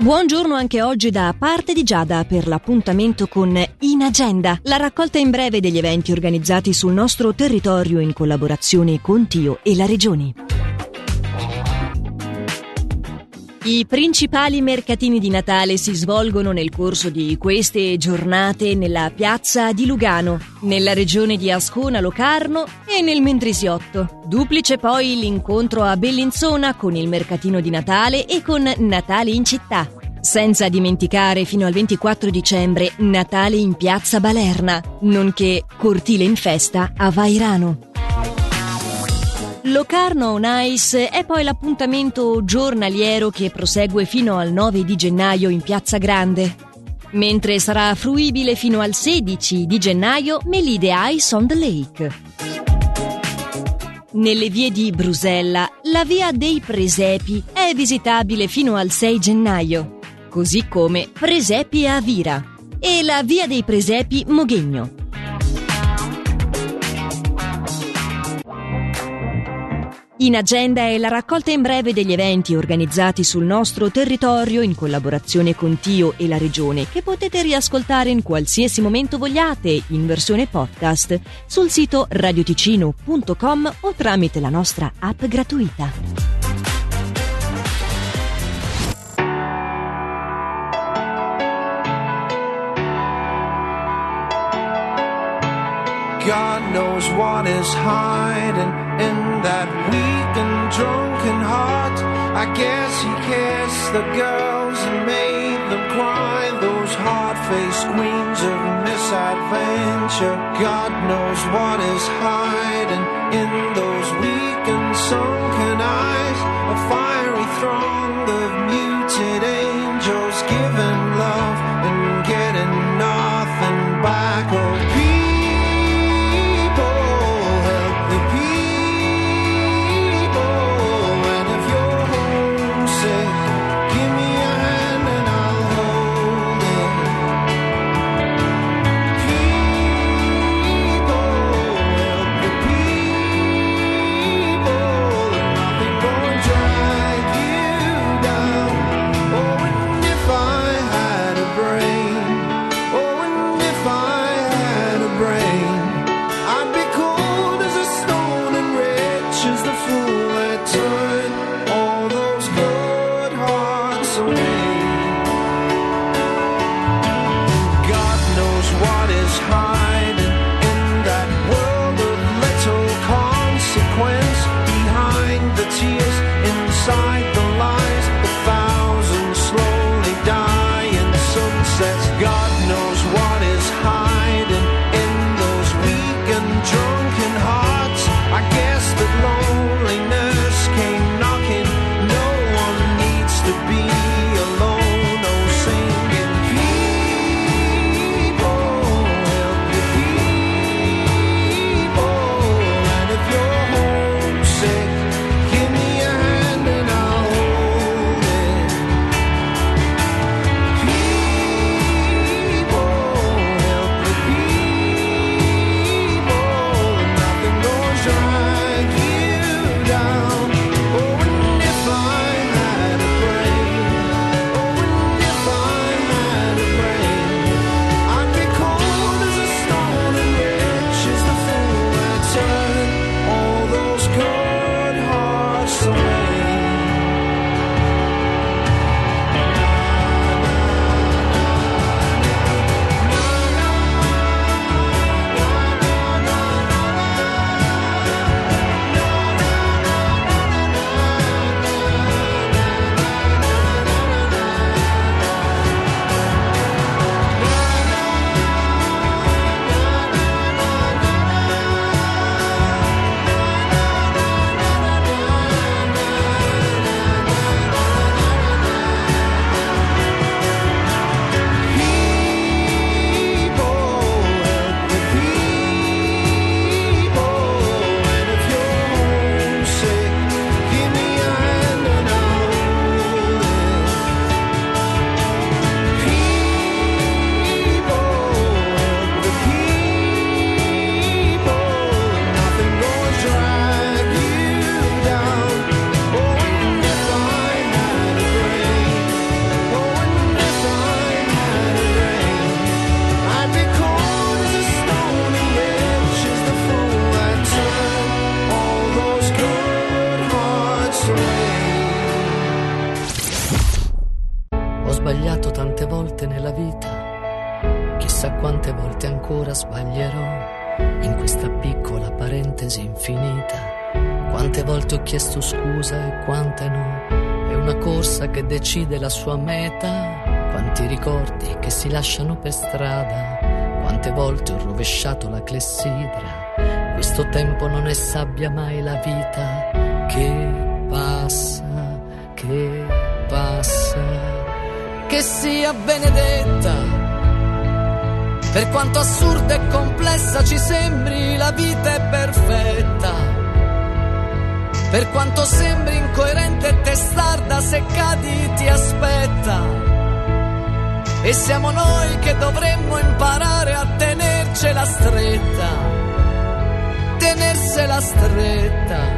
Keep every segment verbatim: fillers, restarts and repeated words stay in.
Buongiorno anche oggi da parte di Giada per l'appuntamento con In Agenda, la raccolta in breve degli eventi organizzati sul nostro territorio in collaborazione con Tio e la Regione. I principali mercatini di Natale si svolgono nel corso di queste giornate nella piazza di Lugano, nella regione di Ascona-Locarno e nel Mendrisiotto. Duplice poi l'incontro a Bellinzona con il mercatino di Natale e con Natale in città. Senza dimenticare fino al ventiquattro dicembre Natale in piazza Balerna, nonché Cortile in festa a Vairano. Locarno on Ice è poi l'appuntamento giornaliero che prosegue fino al nove di gennaio in Piazza Grande, mentre sarà fruibile fino al sedici di gennaio Melide Ice on the Lake. Nelle vie di Brusella, la via dei Presepi è visitabile fino al sei gennaio, così come Presepi a Vira e la via dei Presepi Moghegno. In Agenda è la raccolta in breve degli eventi organizzati sul nostro territorio in collaborazione con Tio e la Regione, che potete riascoltare in qualsiasi momento vogliate in versione podcast sul sito radioticino punto com o tramite la nostra app gratuita. God knows what is hiding in that weak and drunken heart. I guess he kissed the girls and made them cry, those hard-faced queens of misadventure. God knows what is hiding in those weak and sunken eyes, a fiery throng of muted angels giving love and getting nothing back. Oh, you pass away. Ho sbagliato tante volte nella vita, chissà quante volte ancora sbaglierò in questa piccola parentesi infinita. Quante volte ho chiesto scusa e quante no, è una corsa che decide la sua meta. Quanti ricordi che si lasciano per strada, quante volte ho rovesciato la clessidra. Questo tempo non è sabbia mai la vita, che passa, che passa. Che sia benedetta, per quanto assurda e complessa ci sembri, la vita è perfetta. Per quanto sembri incoerente e testarda, se cadi ti aspetta. E siamo noi che dovremmo imparare a tenercela stretta, tenersela stretta.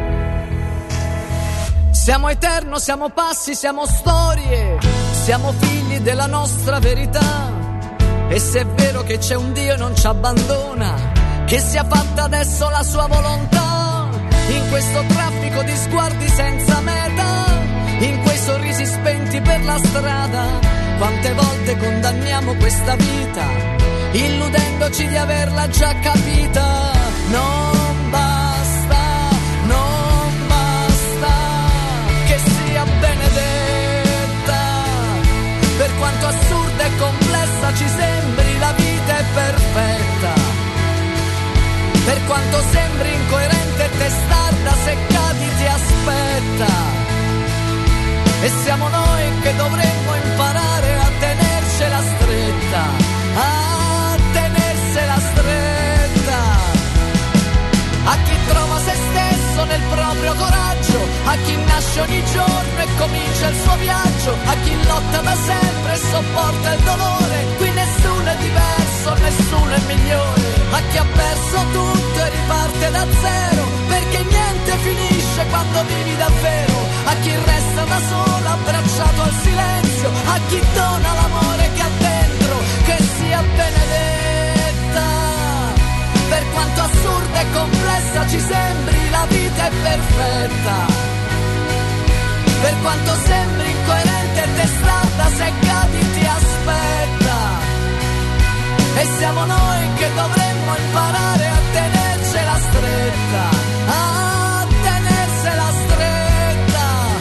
Siamo eterno, siamo passi, siamo storie, siamo figli della nostra verità. E se è vero che c'è un Dio e non ci abbandona, che sia fatta adesso la sua volontà. In questo traffico di sguardi senza meta, in quei sorrisi spenti per la strada, quante volte condanniamo questa vita, illudendoci di averla già capita. Non basta, non basta che sia benedetta, per quanto assurda e complessa ci sembri, la vita è perfetta. Per quanto sembri incoerente e testarda, se cadi ti aspetta. E siamo noi che dovremmo imparare a tenercela stretta, a tenersela stretta. A chi trova se stesso nel proprio coraggio, a chi nasce ogni giorno e comincia il suo viaggio, a chi lotta da sempre e sopporta il dolore. Qui nessuno è diverso, nessuno è migliore. A chi ha perso tutto e riparte da zero, perché niente finisce quando vivi davvero. A chi resta da solo abbracciato al silenzio, a chi dona l'amore che ha dentro, che sia benedetta. Per quanto assurda e complessa ci sembri, la vita è perfetta. Per quanto sembri incoerente e testarda, se cadi ti aspetta. E siamo noi